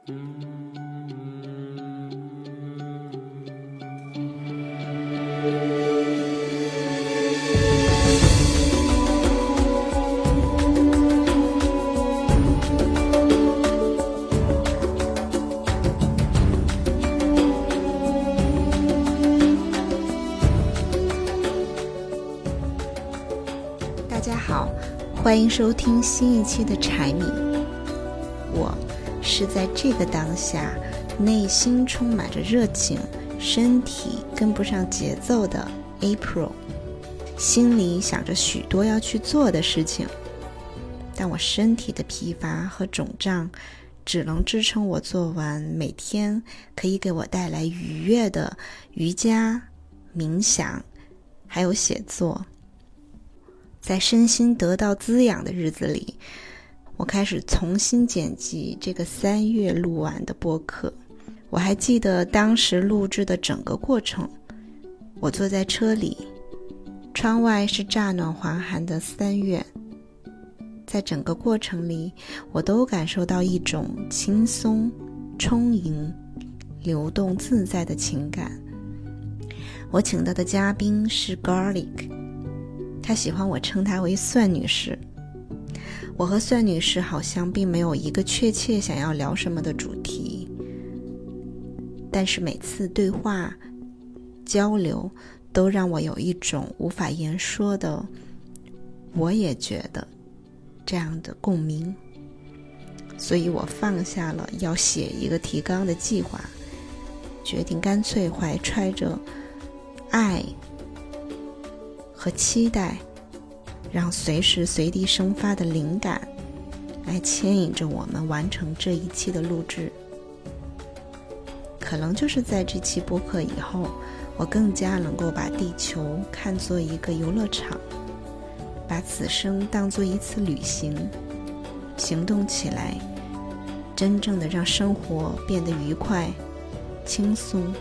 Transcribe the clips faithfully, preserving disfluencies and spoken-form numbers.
大家好，欢迎收听新一期的柴米。我是在这个当下内心充满着热情，身体跟不上节奏的 April， 心里想着许多要去做的事情，但我身体的疲乏和肿胀只能支撑我做完每天可以给我带来愉悦的瑜伽、冥想还有写作。在身心得到滋养的日子里，我开始重新剪辑这个三月录完的播客。我还记得当时录制的整个过程，我坐在车里，窗外是乍暖还寒的三月，在整个过程里，我都感受到一种轻松、充盈、流动自在的情感。我请到的嘉宾是 Garlic，她喜欢我称她为蒜女士。我和蒜女士好像并没有一个确切想要聊什么的主题，但是每次对话交流都让我有一种无法言说的我也觉得这样的共鸣。所以我放下了要写一个提纲的计划，决定干脆怀揣着爱和期待，让随时随地生发的灵感来牵引着我们完成这一期的录制。可能就是在这期播客以后，我更加能够把地球看作一个游乐场，把此生当作一次旅行，行动起来，真正的让生活变得愉快、轻松。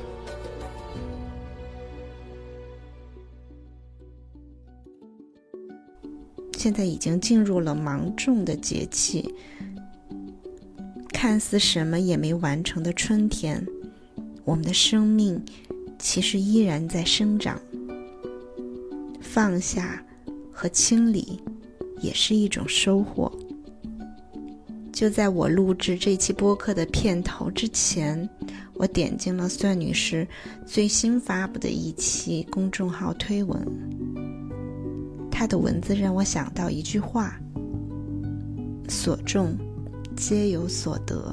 现在已经进入了芒种的节气，看似什么也没完成的春天，我们的生命其实依然在生长。放下和清理也是一种收获。就在我录制这期播客的片头之前，我点进了蒜女士最新发布的一期公众号推文。他的文字让我想到一句话：所种皆有所得。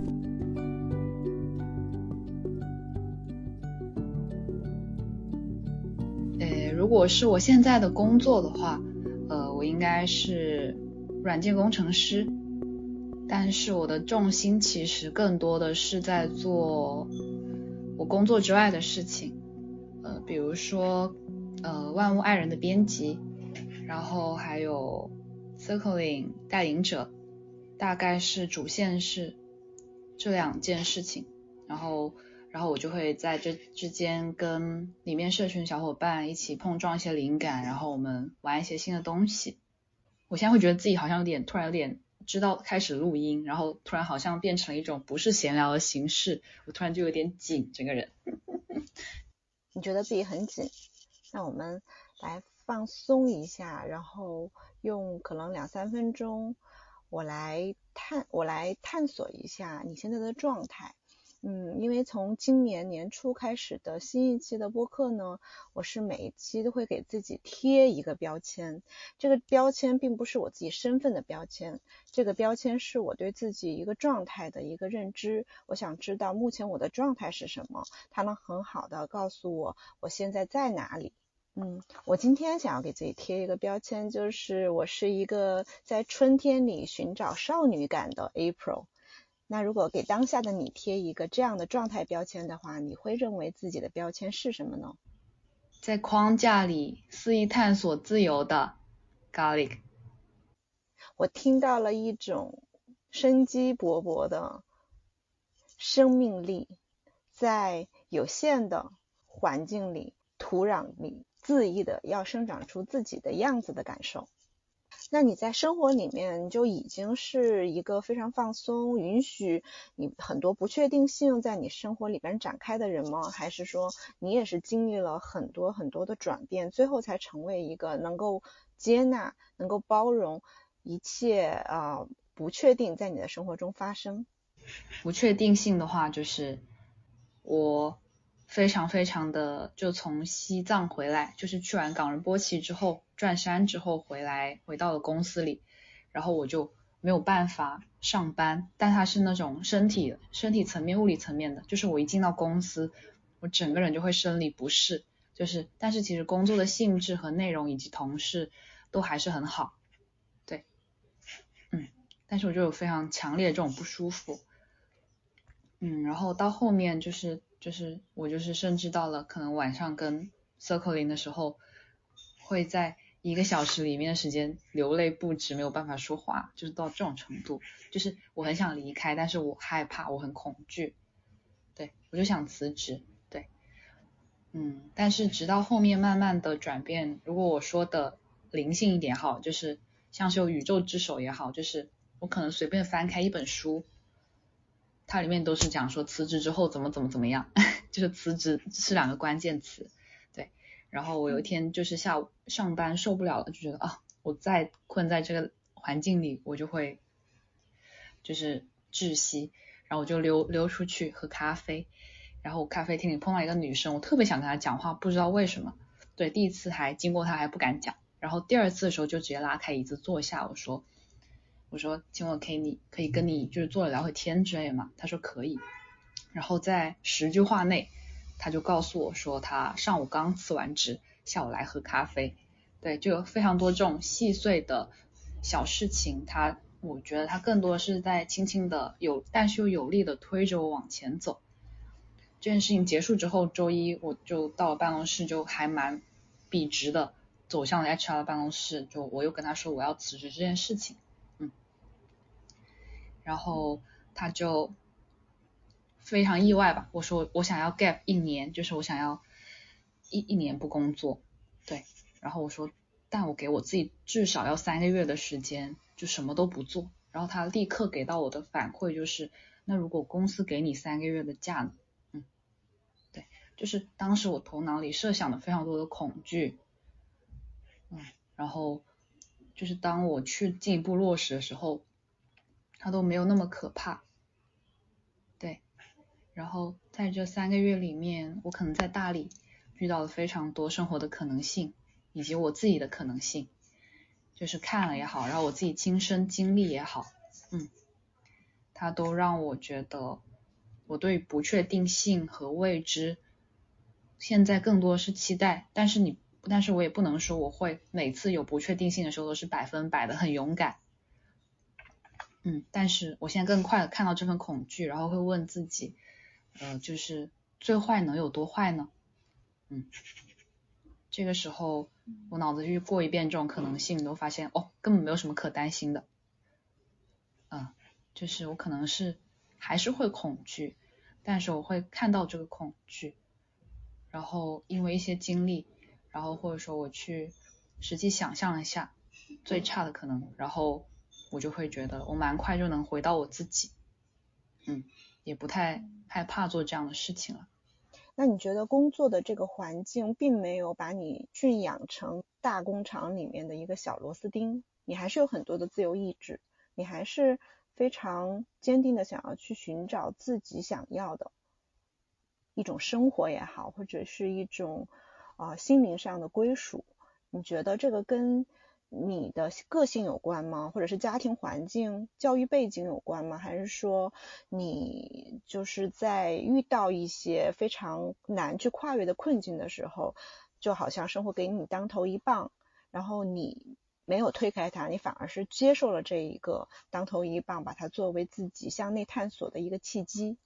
呃，如果是我现在的工作的话，呃，我应该是软件工程师，但是我的重心其实更多的是在做我工作之外的事情，呃，比如说呃万物爱人的编辑，然后还有 Circling 带领者，大概是主线是这两件事情，然后然后我就会在这之间跟里面社群小伙伴一起碰撞一些灵感，然后我们玩一些新的东西。我现在会觉得自己好像有点突然有点知道开始录音，然后突然好像变成了一种不是闲聊的形式，我突然就有点紧整个人。 你觉得自己很紧，那我们来放松一下，然后用可能两三分钟，我来探我来探索一下你现在的状态。嗯，因为从今年年初开始的新一期的播客呢，我是每一期都会给自己贴一个标签。这个标签并不是我自己身份的标签，这个标签是我对自己一个状态的一个认知。我想知道目前我的状态是什么，它能很好的告诉我我现在在哪里。嗯，我今天想要给自己贴一个标签，就是我是一个在春天里寻找少女感的 April。那如果给当下的你贴一个这样的状态标签的话，你会认为自己的标签是什么呢？ 在框架里肆意探索自由的 Garlic。 我听到了一种生机勃勃的生命力，在有限的环境里、土壤里恣意的要生长出自己的样子的感受。 那你在生活里面就已经是一个非常放松，允许你很多不确定性在你生活里边展开的人吗？还是说你也是经历了很多很多的转变，最后才成为一个能够接纳、能够包容一切啊、呃、不确定在你的生活中发生？ 不确定性的话，就是我非常非常的就从西藏回来，就是去完冈仁波齐之后转山之后回来，回到了公司里，然后我就没有办法上班，但它是那种身体身体层面物理层面的，就是我一进到公司我整个人就会生理不适，就是但是其实工作的性质和内容以及同事都还是很好，对，嗯，但是我就有非常强烈的这种不舒服。嗯，然后到后面就是就是我就是甚至到了可能晚上跟 circling 的时候，会在一个小时里面的时间流泪不止，没有办法说话，就是到这种程度，就是我很想离开，但是我害怕，我很恐惧，对，我就想辞职，对，嗯，但是直到后面慢慢的转变，如果我说的灵性一点好，就是像是有宇宙之手也好，就是我可能随便翻开一本书，它里面都是讲说辞职之后怎么怎么怎么样，就是辞职是两个关键词，对。然后我有一天就是下午上班受不了了，就觉得啊，我再困在这个环境里，我就会就是窒息，然后我就溜溜出去喝咖啡，然后我咖啡厅里碰到一个女生，我特别想跟她讲话，不知道为什么，对，第一次还经过她还不敢讲，然后第二次的时候就直接拉开椅子坐下，我说。我说请问可以你可以跟你就是坐着聊会天之类吗？他说可以，然后在十句话内他就告诉我说他上午刚辞完职，下午来喝咖啡，对，就有非常多这种细碎的小事情，他我觉得他更多的是在轻轻的有但是又有力的推着我往前走。这件事情结束之后，周一我就到了办公室，就还蛮笔直的走向了 H R 的办公室，就我又跟他说我要辞职这件事情。然后他就非常意外吧，我说我想要 gap 一年，就是我想要一一年不工作，对，然后我说但我给我自己至少要三个月的时间，就什么都不做，然后他立刻给到我的反馈就是那如果公司给你三个月的假呢？嗯，对，就是当时我头脑里设想了非常多的恐惧，嗯，然后就是当我去进一步落实的时候，它都没有那么可怕，对，然后在这三个月里面，我可能在大理遇到了非常多生活的可能性，以及我自己的可能性，就是看了也好，然后我自己亲身经历也好，嗯，它都让我觉得我对不确定性和未知现在更多是期待，但是你但是我也不能说我会每次有不确定性的时候都是百分百的很勇敢，嗯，但是我现在更快的看到这份恐惧，然后会问自己呃，就是最坏能有多坏呢？嗯，这个时候我脑子去过一遍这种可能性，都发现哦，根本没有什么可担心的。嗯，就是我可能是还是会恐惧，但是我会看到这个恐惧，然后因为一些经历，然后或者说我去实际想象一下最差的可能，然后我就会觉得我蛮快就能回到我自己，嗯，也不太害怕做这样的事情了。 那你觉得工作的这个环境并没有把你驯养成大工厂里面的一个小螺丝钉，你还是有很多的自由意志，你还是非常坚定的想要去寻找自己想要的一种生活也好，或者是一种呃心灵上的归属，你觉得这个跟你的个性有关吗？或者是家庭环境、教育背景有关吗？还是说你就是在遇到一些非常难去跨越的困境的时候，就好像生活给你当头一棒，然后你没有推开它，你反而是接受了这一个当头一棒，把它作为自己向内探索的一个契机？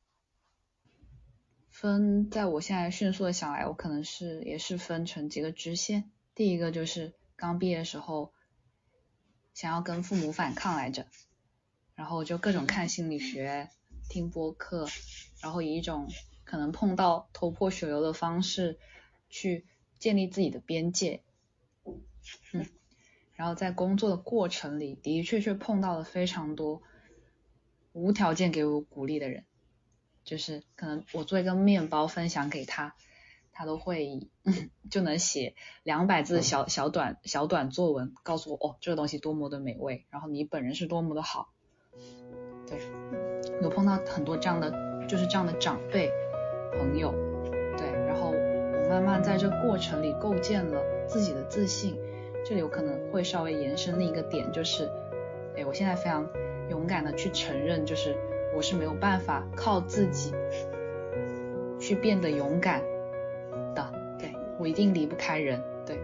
分在我现在迅速的想来，我可能是也是分成几个支线。第一个就是刚毕业的时候想要跟父母反抗来着，然后就各种看心理学、听播客，然后以一种可能碰到头破血流的方式去建立自己的边界。嗯， 然后在工作的过程里的确确碰到了非常多无条件给我鼓励的人，就是可能我做一个面包分享给他，他都会就能写两百字小小短小短作文，告诉我哦这个东西多么的美味，然后你本人是多么的好。对，有碰到很多这样的就是这样的长辈朋友，对，然后我慢慢在这个过程里构建了自己的自信。这里我可能会稍微延伸另一个点，就是哎，我现在非常勇敢的去承认，就是我是没有办法靠自己去变得勇敢的，对，我一定离不开人。对，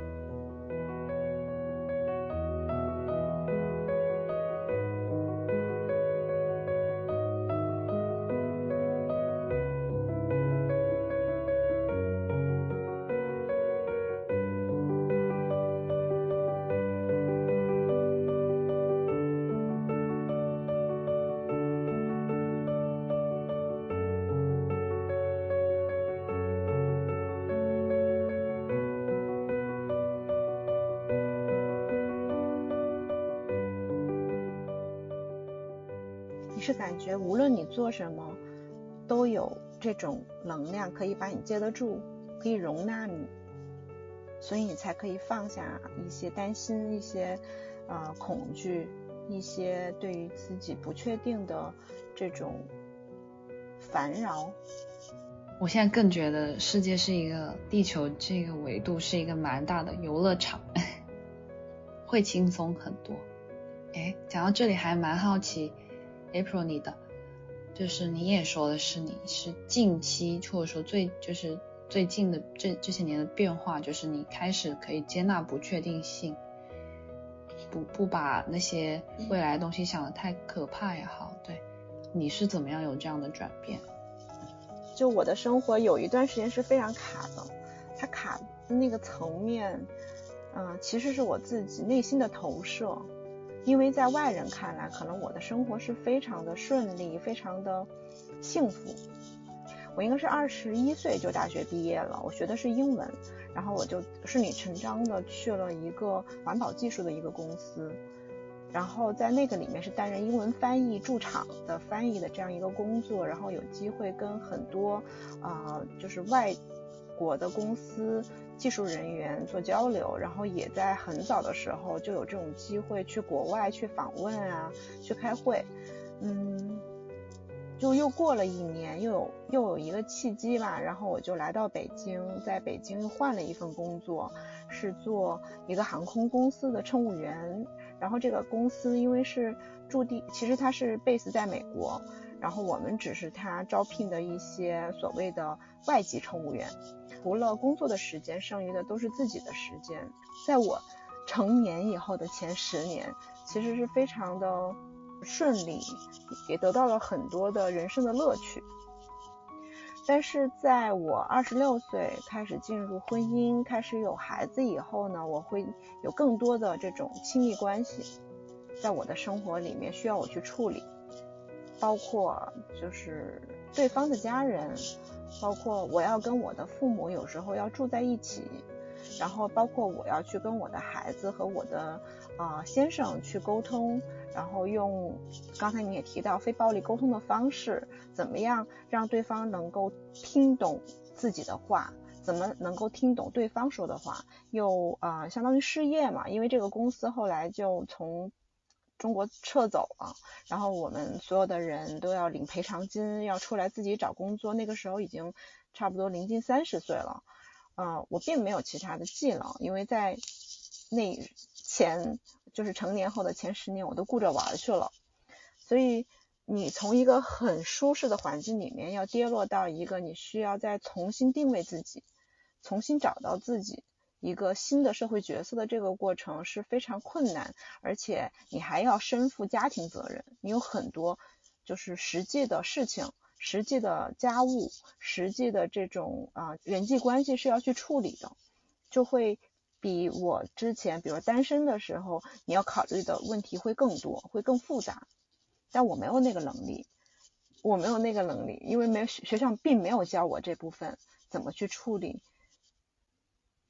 是感觉无论你做什么都有这种能量可以把你接得住，可以容纳你，所以你才可以放下一些担心，一些呃恐惧，一些对于自己不确定的这种烦扰。 我现在更觉得世界是一个地球这个维度是一个蛮大的游乐场会轻松很多。诶，讲到这里还蛮好奇April 你的，就是你也说的是你是近期或者说最就是最近的这这些年的变化，就是你开始可以接纳不确定性，不不把那些未来的东西想得太可怕也好，对，你是怎么样有这样的转变？ 就我的生活有一段时间是非常卡的，它卡的那个层面，嗯、呃，其实是我自己内心的投射。因为在外人看来，可能我的生活是非常的顺利，非常的幸福。我应该是二十一岁就大学毕业了，我学的是英文，然后我就顺理成章的去了一个环保技术的一个公司，然后在那个里面是担任英文翻译驻场的翻译的这样一个工作，然后有机会跟很多啊、呃、就是外国的公司技术人员做交流，然后也在很早的时候就有这种机会去国外去访问啊，去开会。嗯，就又过了一年，又有又有一个契机吧，然后我就来到北京，在北京又换了一份工作，是做一个航空公司的乘务员。然后这个公司因为是驻地，其实它是 base 在美国，然后我们只是他招聘的一些所谓的外籍乘务员，除了工作的时间，剩余的都是自己的时间。在我成年以后的前十年，其实是非常的顺利，也得到了很多的人生的乐趣。但是在我二十六岁开始进入婚姻，开始有孩子以后呢，我会有更多的这种亲密关系在我的生活里面需要我去处理，包括就是对方的家人，包括我要跟我的父母有时候要住在一起，然后包括我要去跟我的孩子和我的呃先生去沟通，然后用刚才你也提到非暴力沟通的方式，怎么样让对方能够听懂自己的话，怎么能够听懂对方说的话，又呃相当于失业嘛，因为这个公司后来就从中国撤走了，然后我们所有的人都要领赔偿金，要出来自己找工作，那个时候已经差不多临近三十岁了。呃，我并没有其他的技能，因为在那前就是成年后的前十年我都顾着玩去了，所以你从一个很舒适的环境里面要跌落到一个你需要再重新定位自己，重新找到自己一个新的社会角色的这个过程是非常困难，而且你还要身负家庭责任，你有很多就是实际的事情，实际的家务，实际的这种啊、呃、人际关系是要去处理的，就会比我之前比如单身的时候你要考虑的问题会更多，会更复杂。但我没有那个能力，我没有那个能力，因为没有学校并没有教我这部分怎么去处理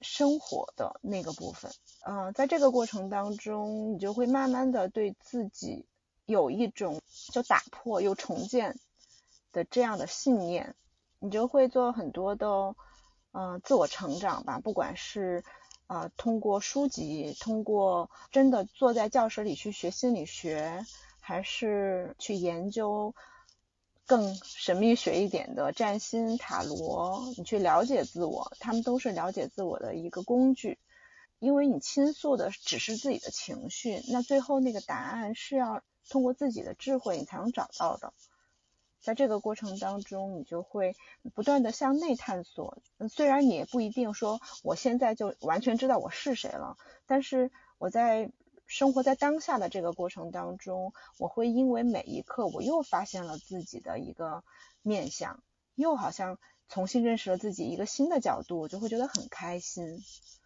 生活的那个部分。呃，在这个过程当中，你就会慢慢的对自己有一种就打破又重建的这样的信念，你就会做很多的呃自我成长吧，不管是呃通过书籍，通过真的坐在教室里去学心理学，还是去研究更神秘学一点的占星塔罗，你去了解自我，他们都是了解自我的一个工具。因为你倾诉的只是自己的情绪，那最后那个答案是要通过自己的智慧你才能找到的。在这个过程当中，你就会不断的向内探索。虽然你也不一定说我现在就完全知道我是谁了，但是我在生活在当下的这个过程当中，我会因为每一刻我又发现了自己的一个面向，又好像重新认识了自己一个新的角度，我就会觉得很开心。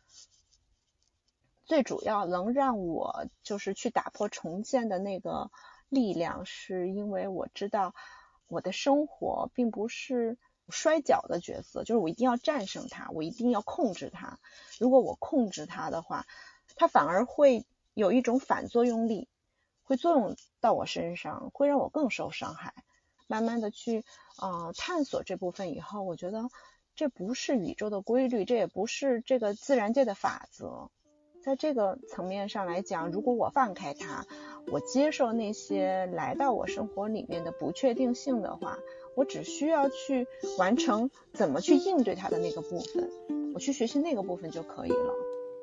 最主要能让我就是去打破重建的那个力量，是因为我知道我的生活并不是摔跤的角色，就是我一定要战胜它，我一定要控制它。如果我控制它的话，它反而会有一种反作用力，会作用到我身上，会让我更受伤害。慢慢的去呃探索这部分以后，我觉得这不是宇宙的规律，这也不是这个自然界的法则。在这个层面上来讲，如果我放开它，我接受那些来到我生活里面的不确定性的话，我只需要去完成怎么去应对它的那个部分，我去学习那个部分就可以了。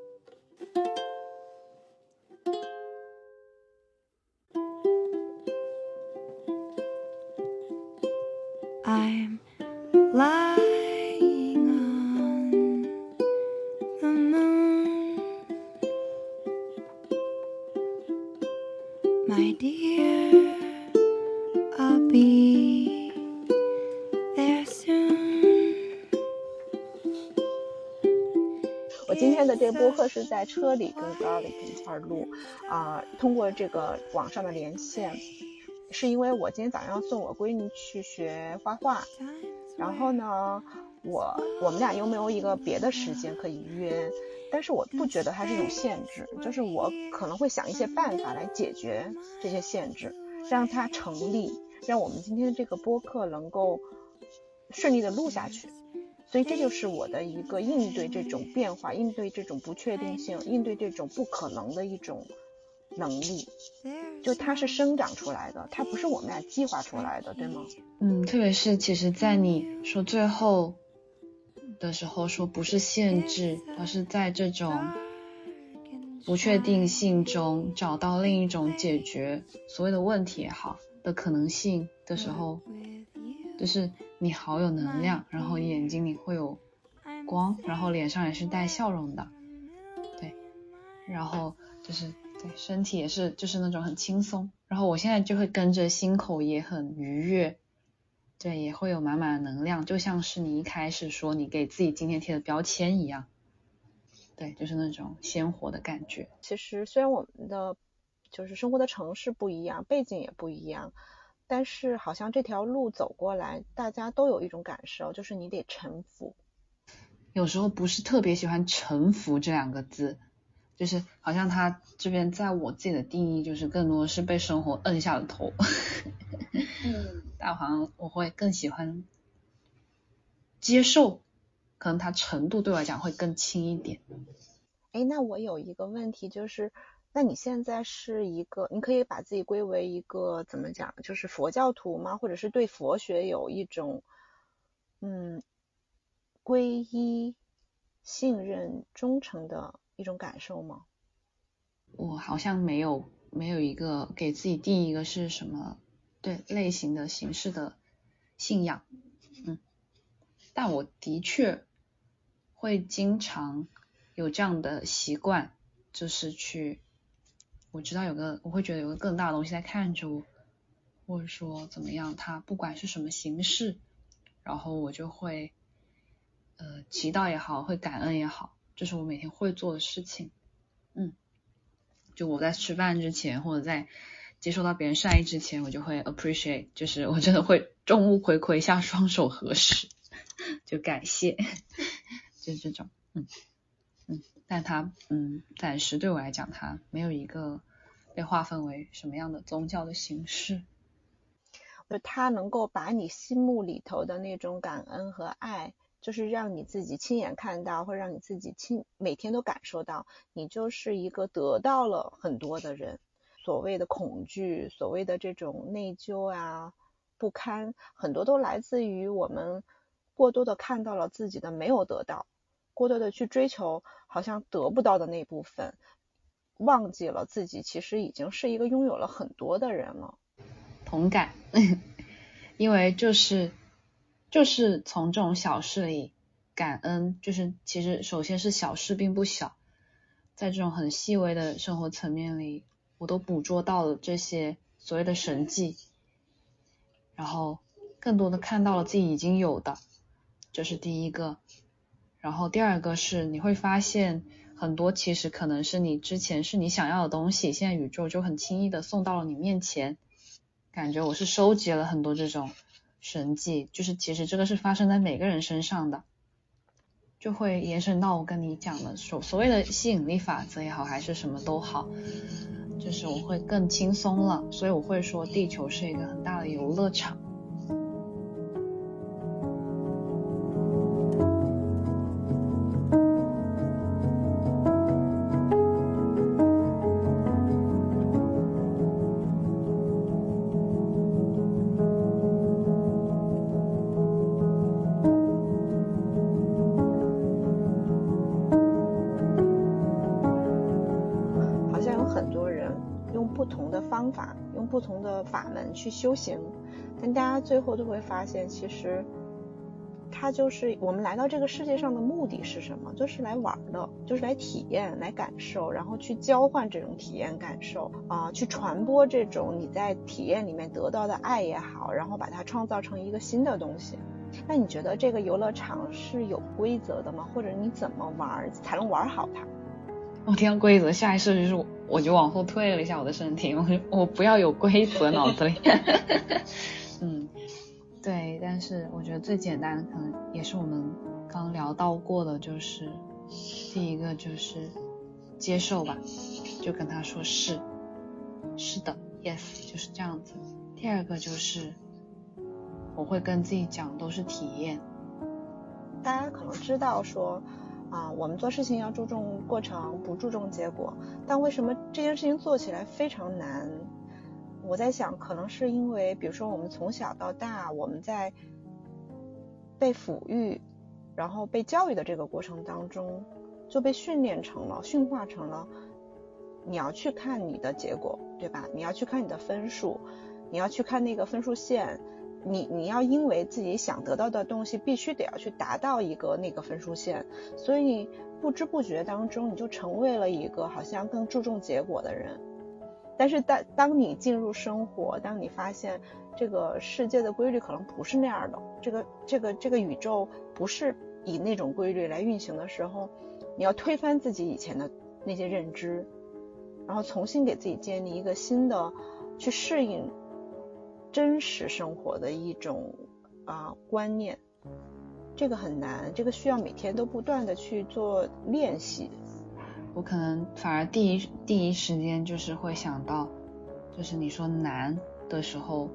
I'm lying on the moon, my dear, I'll be there soon. 我今天的这个播客是在车里跟 Garlic 一块录啊、呃，通过这个网上的连线，是因为我今天早上要送我闺女去学画画，然后呢我我们俩又没有一个别的时间可以约，但是我不觉得它是一种限制，就是我可能会想一些办法来解决这些限制，让它成立，让我们今天这个播客能够顺利的录下去。所以这就是我的一个应对这种变化，应对这种不确定性，应对这种不可能的一种能力，就它是生长出来的，它不是我们俩计划出来的，对吗？ 嗯，特别是其实在你说最后的时候说不是限制，而是在这种不确定性中找到另一种解决所谓的问题也好的可能性的时候，就是你好有能量，然后眼睛里会有光，然后脸上也是带笑容的，对，然后就是对身体也是就是那种很轻松，然后我现在就会跟着心口也很愉悦，对，也会有满满的能量，就像是你一开始说你给自己今天贴的标签一样，对，就是那种鲜活的感觉。 其实虽然我们的就是生活的城市不一样，背景也不一样，但是好像这条路走过来，大家都有一种感受，就是你得臣服。 有时候不是特别喜欢臣服这两个字，就是好像他这边在我自己的定义就是更多的是被生活摁下了头嗯，但好像我会更喜欢接受，可能它程度对我来讲会更轻一点。 诶，那我有一个问题，就是那你现在是一个，你可以把自己归为一个怎么讲，就是佛教徒吗？或者是对佛学有一种嗯皈依、信任、忠诚的一种感受吗？ 我好像没有没有一个给自己定一个是什么对类型的形式的信仰，嗯，但我的确会经常有这样的习惯，就是去我知道有个我会觉得有个更大的东西在看着我，或者说怎么样，它不管是什么形式，然后我就会呃祈祷也好，会感恩也好，这是我每天会做的事情。嗯，就我在吃饭之前或者在接受到别人善意之前，我就会 appreciate， 就是我真的会众目睽睽下双手合十，就感谢，就是这种。嗯， 嗯，但它嗯暂时对我来讲，它没有一个被划分为什么样的宗教的形式。 就它能够把你心目里头的那种感恩和爱，就是让你自己亲眼看到，或者让你自己亲每天都感受到，你就是一个得到了很多的人。所谓的恐惧，所谓的这种内疚啊、不堪，很多都来自于我们过多的看到了自己的没有得到，过多的去追求好像得不到的那部分，忘记了自己其实已经是一个拥有了很多的人了。 同感因为就是就是从这种小事里感恩，就是其实首先是小事并不小，在这种很细微的生活层面里，我都捕捉到了这些所谓的神迹，然后更多的看到了自己已经有的，这是第一个。然后第二个是你会发现很多其实可能是你之前是你想要的东西，现在宇宙就很轻易的送到了你面前。感觉我是收集了很多这种神迹，就是其实这个是发生在每个人身上的，就会延伸到我跟你讲的所所谓的吸引力法则也好，还是什么都好，就是我会更轻松了，所以我会说地球是一个很大的游乐场。 方法用不同的法门去修行，但大家最后都会发现，其实它就是我们来到这个世界上的目的是什么？就是来玩的，就是来体验、来感受，然后去交换这种体验感受啊、呃，去传播这种你在体验里面得到的爱也好，然后把它创造成一个新的东西。那你觉得这个游乐场是有规则的吗？或者你怎么玩才能玩好它？ 我听到规则，下意识就是我我就往后退了一下我的身体，我我不要有规则脑子里。嗯，对，但是我觉得最简单的可能也是我们刚聊到过的，就是第一个就是接受吧，就跟他说是是的 yes 就是这样子。第二个就是我会跟自己讲都是体验。 大家可能知道说啊，我们做事情要注重过程，不注重结果。但为什么这件事情做起来非常难？我在想，可能是因为，比如说我们从小到大，我们在被抚育，然后被教育的这个过程当中，就被训练成了、驯化成了，你要去看你的结果，对吧？你要去看你的分数，你要去看那个分数线。你你要因为自己想得到的东西必须得要去达到一个那个分数线，所以你不知不觉当中你就成为了一个好像更注重结果的人。但是当当你进入生活，当你发现这个世界的规律可能不是那样的，这个这个这个宇宙不是以那种规律来运行的时候，你要推翻自己以前的那些认知，然后重新给自己建立一个新的去适应真实生活的一种啊、呃、观念，这个很难，这个需要每天都不断的去做练习。 我可能反而第一第一时间就是会想到，就是你说难的时候，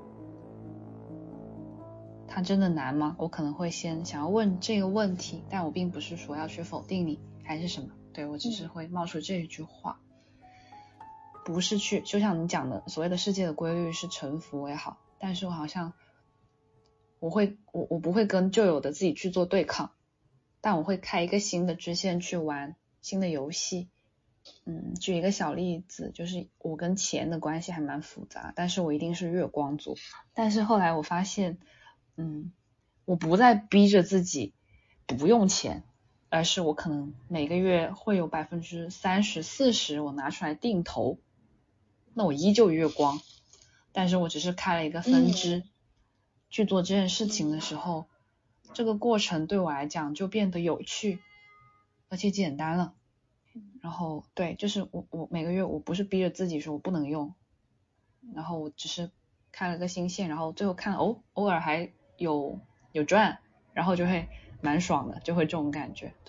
它真的难吗？我可能会先想要问这个问题，但我并不是说要去否定你还是什么，对，我只是会冒出这一句话。嗯，不是去就像你讲的所谓的世界的规律是臣服也好，但是我好像我会我我不会跟旧有的自己去做对抗，但我会开一个新的支线去玩新的游戏。嗯，举一个小例子，就是我跟钱的关系还蛮复杂，但是我一定是月光族。但是后来我发现嗯，我不再逼着自己不用钱，而是我可能每个月会有百分之三十四十我拿出来定投，那我依旧月光，但是我只是开了一个分支、嗯、去做这件事情的时候，这个过程对我来讲就变得有趣而且简单了。然后对，就是我我每个月我不是逼着自己说我不能用，然后我只是开了个新线，然后最后看哦偶尔还有有赚，然后就会蛮爽的，就会这种感觉。对，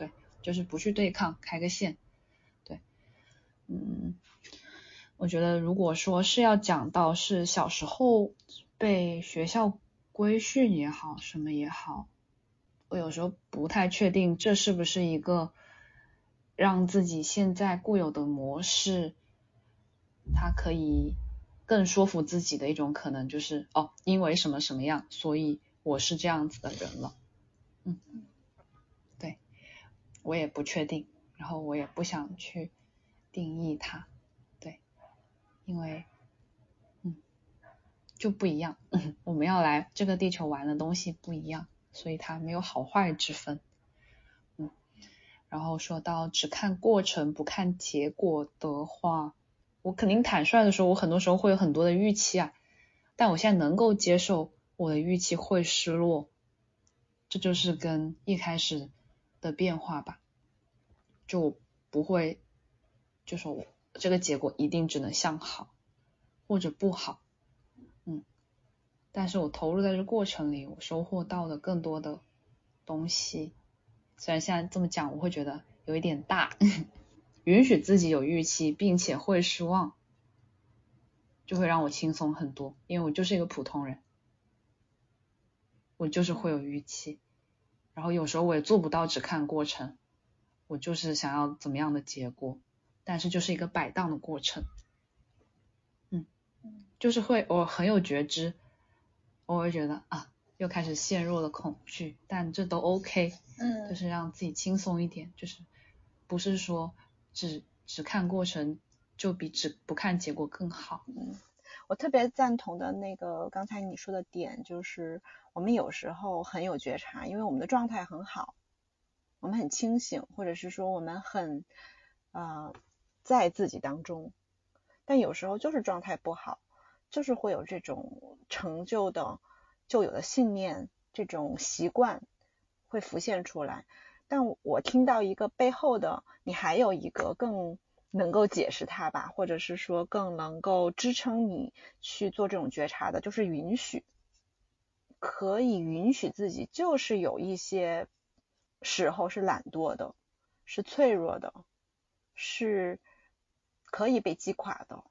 就是不去对抗，开个线。对，嗯，我觉得如果说是要讲到是小时候被学校规训也好，什么也好，我有时候不太确定这是不是一个让自己现在固有的模式，它可以更说服自己的一种可能，就是哦，因为什么什么样，所以我是这样子的人了。嗯，对，我也不确定，然后我也不想去定义它，对，因为嗯就不一样，我们要来这个地球玩的东西不一样，所以它没有好坏之分。嗯，然后说到只看过程不看结果的话，我肯定坦率的说，我很多时候会有很多的预期啊，但我现在能够接受我的预期会失落，这就是跟一开始的变化吧，就我不会就说我这个结果一定只能向好或者不好，嗯，但是我投入在这过程里，我收获到的更多的东西，虽然现在这么讲我会觉得有一点大允许自己有预期并且会失望，就会让我轻松很多，因为我就是一个普通人，我就是会有预期，然后有时候我也做不到只看过程，我就是想要怎么样的结果，但是就是一个摆荡的过程。嗯，就是会我很有觉知，我会觉得啊又开始陷入了恐惧，但这都 OK， 嗯， 就是让自己轻松一点，就是不是说只只看过程就比只不看结果更好。 嗯，我特别赞同的那个刚才你说的点，就是我们有时候很有觉察，因为我们的状态很好，我们很清醒，或者是说我们很呃在自己当中，但有时候就是状态不好，就是会有这种成就的旧有的信念，这种习惯会浮现出来。但我听到一个背后的，你还有一个更能够解释它吧，或者是说更能够支撑你去做这种觉察的，就是允许，可以允许自己就是有一些时候是懒惰的，是脆弱的，是可以被击垮的。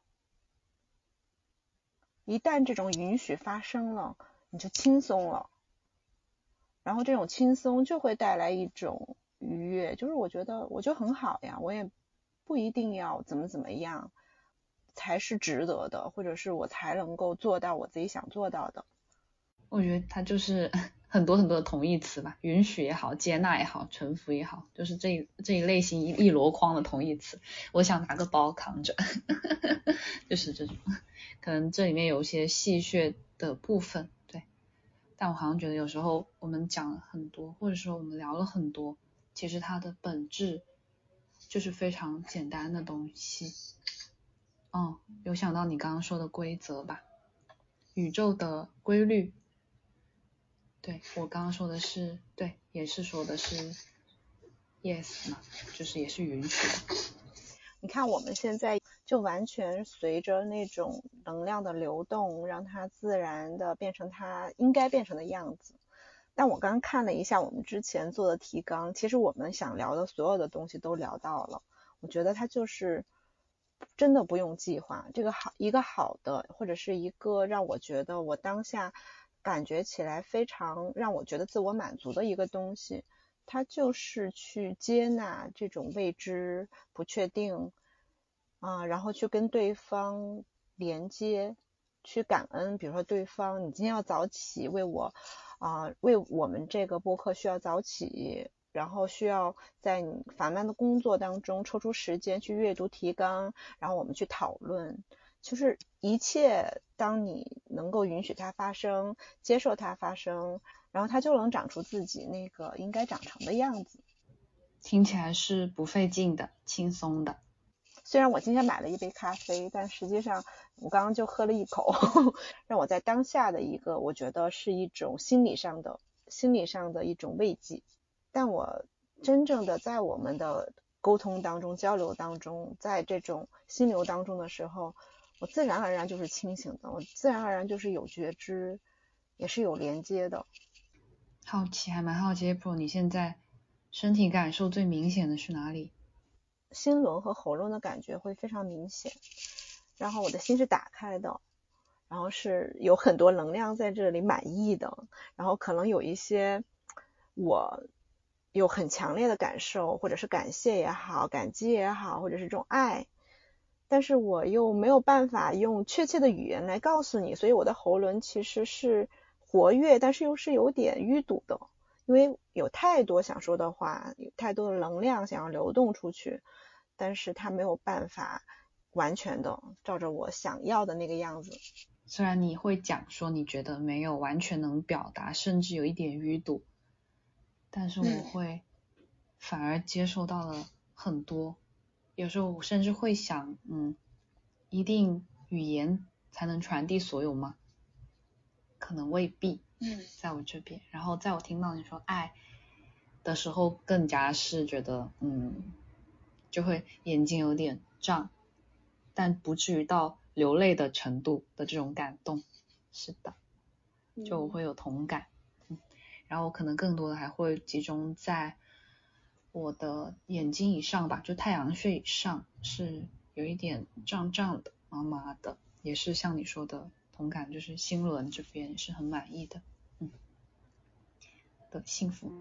一旦这种允许发生了，你就轻松了，然后这种轻松就会带来一种愉悦，就是我觉得我就很好呀，我也不一定要怎么怎么样才是值得的，或者是我才能够做到我自己想做到的。 我觉得它就是很多很多的同义词吧，允许也好，接纳也好，臣服也好，就是这一这一类型一一箩筐的同义词。我想拿个包扛着就是这种，可能这里面有一些戏谑的部分，对，但我好像觉得有时候我们讲了很多，或者说我们聊了很多，其实它的本质就是非常简单的东西。哦，有想到你刚刚说的规则吧，宇宙的规律。对，我刚刚说的是，对，也是说的是 yes 嘛，就是也是允许的。 你看我们现在就完全随着那种能量的流动，让它自然的变成它应该变成的样子。但我刚看了一下我们之前做的提纲，其实我们想聊的所有的东西都聊到了。我觉得它就是真的不用计划，这个好一个好的，或者是一个让我觉得我当下感觉起来非常让我觉得自我满足的一个东西，它就是去接纳这种未知不确定啊，然后去跟对方连接，去感恩，比如说对方你今天要早起为我啊，为我们这个播客需要早起，然后需要在你繁忙的工作当中抽出时间去阅读提纲，然后我们去讨论，就是一切当你能够允许它发生，接受它发生，然后它就能长出自己那个应该长成的样子。 听起来是不费劲的，轻松的。 虽然我今天买了一杯咖啡，但实际上我刚刚就喝了一口让我在当下的一个我觉得是一种心理上的心理上的一种慰藉。但我真正的在我们的沟通当中交流当中，在这种心流当中的时候，我自然而然就是清醒的，我自然而然就是有觉知，也是有连接的。 好奇还蛮好奇 April 你现在身体感受最明显的是哪里？ 心轮和喉咙的感觉会非常明显，然后我的心是打开的，然后是有很多能量在这里满溢的，然后可能有一些我有很强烈的感受，或者是感谢也好，感激也好，或者是这种爱，但是我又没有办法用确切的语言来告诉你，所以我的喉轮其实是活跃，但是又是有点淤堵的，因为有太多想说的话，有太多的能量想要流动出去，但是它没有办法完全的照着我想要的那个样子。 虽然你会讲说你觉得没有完全能表达，甚至有一点淤堵，但是我会反而接受到了很多。有时候我甚至会想，嗯，一定语言才能传递所有吗？可能未必。嗯，在我这边，然后在我听到你说爱的时候，更加是觉得，嗯，就会眼睛有点胀，但不至于到流泪的程度的这种感动。是的，就我会有同感。嗯，然后我可能更多的还会集中在我的眼睛以上吧，就太阳穴以上是有一点胀胀的、麻麻的，也是像你说的同感，就是心轮这边是很满意的，嗯，的幸福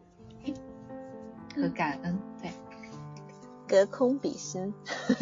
和感恩，对， 隔空比心。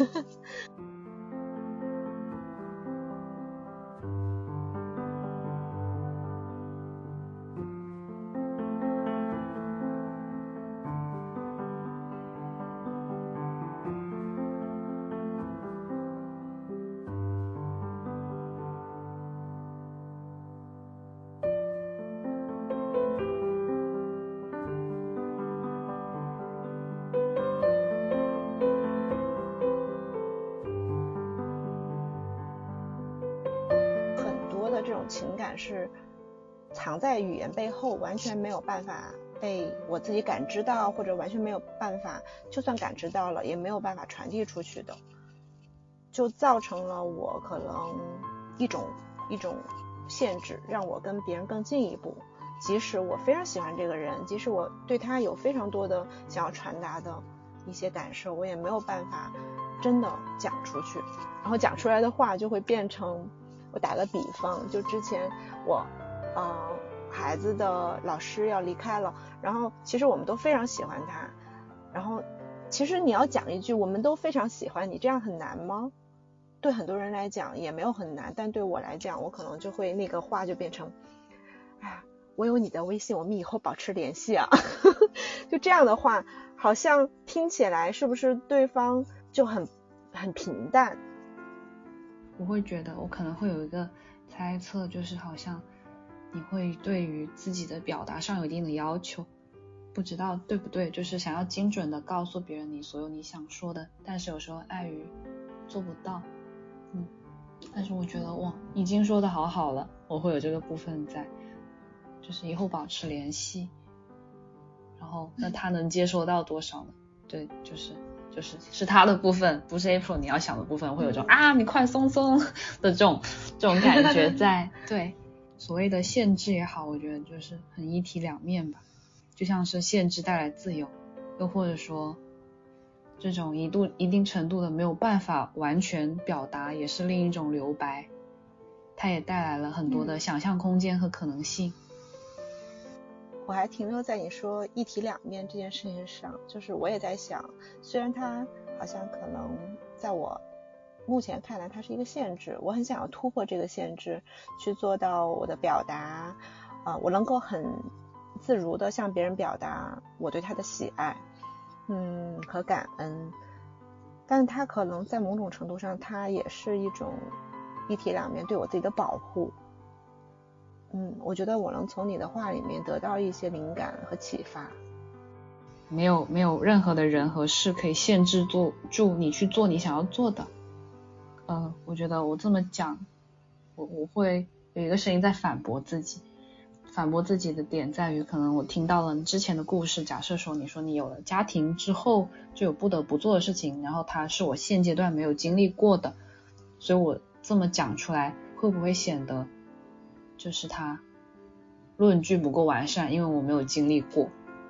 这种情感是藏在语言背后，完全没有办法被我自己感知到，或者完全没有办法，就算感知到了也没有办法传递出去的，就造成了我可能一种一种限制，让我跟别人更进一步。即使我非常喜欢这个人，即使我对他有非常多的想要传达的一些感受，我也没有办法真的讲出去，然后讲出来的话就会变成，我打个比方，就之前我呃孩子的老师要离开了，然后其实我们都非常喜欢他，然后其实你要讲一句我们都非常喜欢你，这样很难吗？对很多人来讲也没有很难，但对我来讲，我可能就会那个话就变成，哎呀，我有你的微信，我们以后保持联系啊。就这样的话，好像听起来是不是对方就很很平淡？ 我会觉得我可能会有一个猜测，就是好像你会对于自己的表达上有一定的要求，不知道对不对，就是想要精准的告诉别人你所有你想说的，但是有时候碍于做不到，嗯，但是我觉得哇，已经说的好好了，我会有这个部分在，就是以后保持联系，然后那他能接收到多少呢？对，就是就是是他的部分，不是 April 你要想的部分，会有种、嗯、啊你快松松的这种这种感觉在。对，所谓的限制也好，我觉得就是很一体两面吧，就像是限制带来自由，又或者说这种一度一定程度的没有办法完全表达，也是另一种留白，它也带来了很多的想象空间和可能性。 我还停留在你说一体两面这件事情上，就是我也在想，虽然它好像可能在我目前看来它是一个限制，我很想要突破这个限制，去做到我的表达，呃，我能够很自如的向别人表达我对他的喜爱，嗯，和感恩，但是它可能在某种程度上，它也是一种一体两面对我自己的保护。嗯，我觉得我能从你的话里面得到一些灵感和启发。 没有没有任何的人和事可以限制住住你去做你想要做的。呃，我觉得我这么讲，我我会有一个声音在反驳自己。反驳自己的点在于，可能我听到了你之前的故事，假设说你说你有了家庭之后就有不得不做的事情，然后它是我现阶段没有经历过的，所以我这么讲出来会不会显得就是它论据不够完善，因为我没有经历过。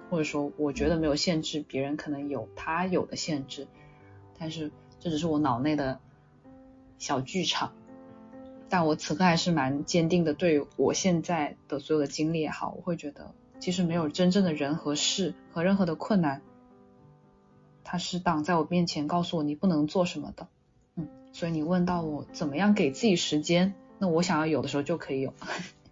或者说我觉得没有限制，别人可能有他有的限制，但是这只是我脑内的小剧场。但我此刻还是蛮坚定的，对我现在的所有的经历也好，我会觉得其实没有真正的人和事和任何的困难它是挡在我面前告诉我你不能做什么的。嗯，所以你问到我怎么样给自己时间，那我想要有的时候就可以有。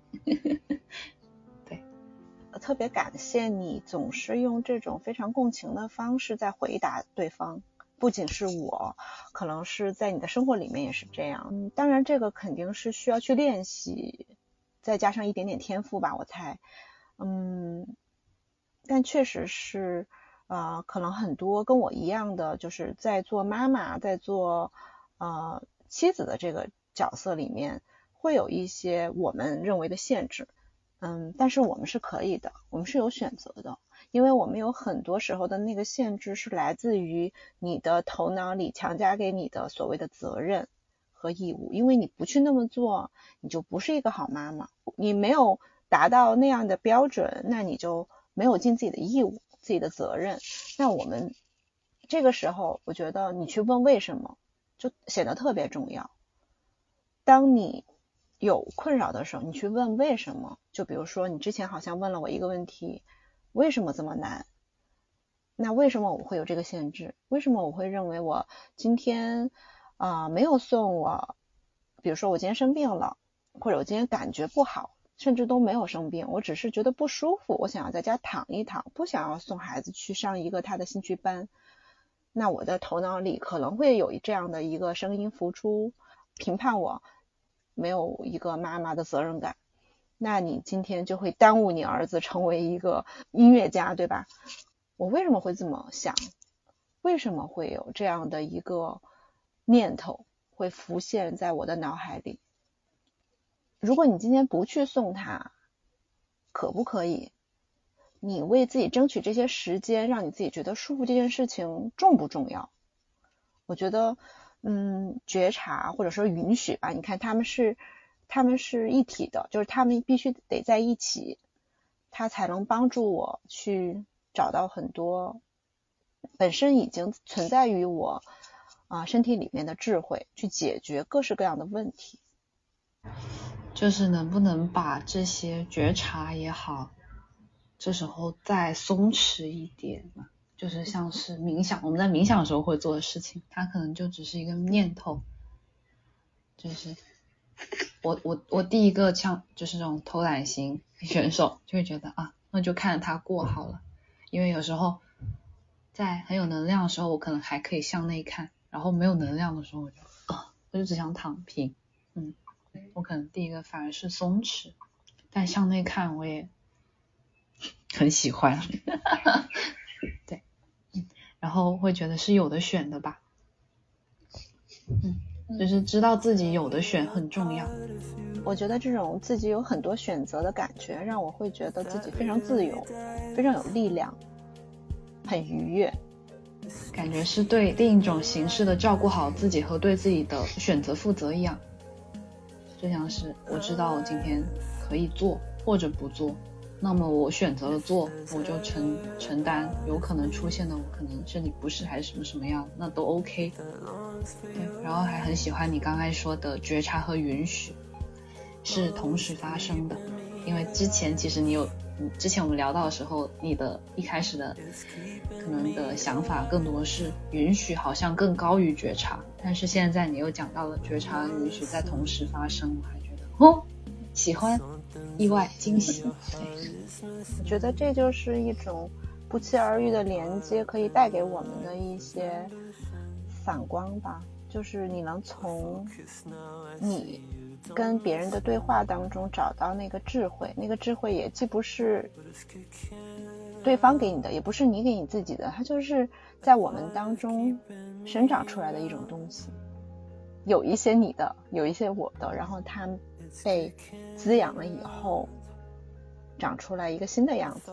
对， 特别感谢你总是用这种非常共情的方式在回答对方，不仅是我，可能是在你的生活里面也是这样。嗯，当然这个肯定是需要去练习，再加上一点点天赋吧，我猜。嗯，但确实是呃，可能很多跟我一样的，就是在做妈妈，在做呃妻子的这个角色里面，会有一些我们认为的限制。嗯，但是我们是可以的，我们是有选择的，因为我们有很多时候的那个限制是来自于你的头脑里强加给你的所谓的责任和义务，因为你不去那么做，你就不是一个好妈妈，你没有达到那样的标准，那你就没有尽自己的义务，自己的责任。那我们这个时候，我觉得你去问为什么，就显得特别重要。当你有困扰的时候，你去问为什么。就比如说你之前好像问了我一个问题，为什么这么难？那为什么我会有这个限制？为什么我会认为我今天啊、呃、没有送我，比如说我今天生病了，或者我今天感觉不好，甚至都没有生病，我只是觉得不舒服，我想要在家躺一躺，不想要送孩子去上一个他的兴趣班。那我的头脑里可能会有这样的一个声音浮出，评判我没有一个妈妈的责任感，那你今天就会耽误你儿子成为一个音乐家，对吧？我为什么会这么想？为什么会有这样的一个念头会浮现在我的脑海里？如果你今天不去送他，可不可以？你为自己争取这些时间，让你自己觉得舒服，这件事情重不重要？我觉得嗯，觉察或者说允许吧，你看他们是他们是一体的，就是他们必须得在一起，他才能帮助我去找到很多本身已经存在于我啊、呃、身体里面的智慧，去解决各式各样的问题。 就是能不能把这些觉察也好，这时候再松弛一点嘛，就是像是冥想，我们在冥想的时候会做的事情，它可能就只是一个念头。就是我我我第一个像就是这种偷懒型选手就会觉得啊，那就看着它过好了。因为有时候在很有能量的时候，我可能还可以向内看，然后没有能量的时候我就啊，我就只想躺平。嗯，我可能第一个反而是松弛，但向内看我也很喜欢。对，然后会觉得是有的选的吧。嗯，就是知道自己有的选很重要。 我觉得这种自己有很多选择的感觉，让我会觉得自己非常自由，非常有力量，很愉悦。 感觉是对另一种形式的照顾好自己和对自己的选择负责一样。就像是我知道我今天可以做或者不做，那么我选择了做，我就承承担有可能出现的我可能身体不适还是什么什么样，那都 OK。 对，然后还很喜欢你刚才说的觉察和允许是同时发生的。因为之前其实你有之前我们聊到的时候，你的一开始的可能的想法更多是允许好像更高于觉察，但是现在你又讲到了觉察和允许在同时发生，我还觉得哦，喜欢，意外，惊喜。对， 我觉得这就是一种不期而遇的连接，可以带给我们的一些反光吧，就是你能从你跟别人的对话当中找到那个智慧，那个智慧也既不是对方给你的，也不是你给你自己的，它就是在我们当中生长出来的一种东西，有一些你的，有一些我的，然后它被滋养了以后长出来一个新的样子。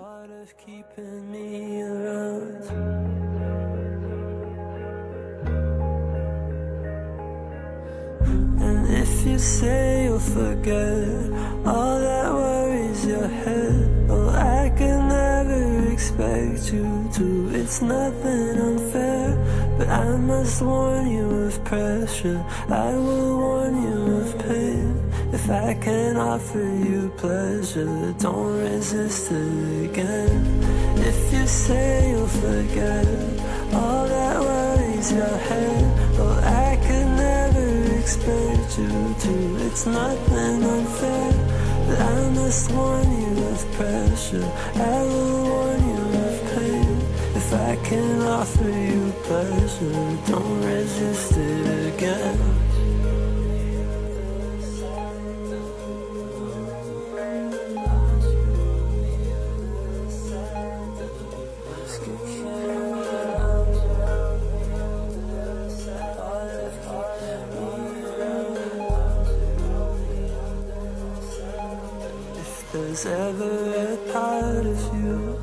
And if you say you'll forget all that worries your head, well, I can never expect you to. It's nothing unfair, but I must warn you of pressure. I will warn you of pain. If I can offer you pleasure, don't resist it again. If you say you'll forget all that worries your head, well, I could never expect you to. It's nothing unfair, but I must warn you of pressure. I will warn you of pain. If I can offer you pleasure, don't resist it again. There's ever a part of you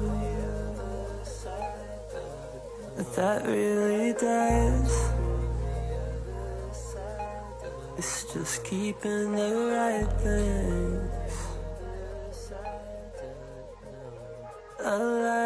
that really dies, it's just keeping the right things alive.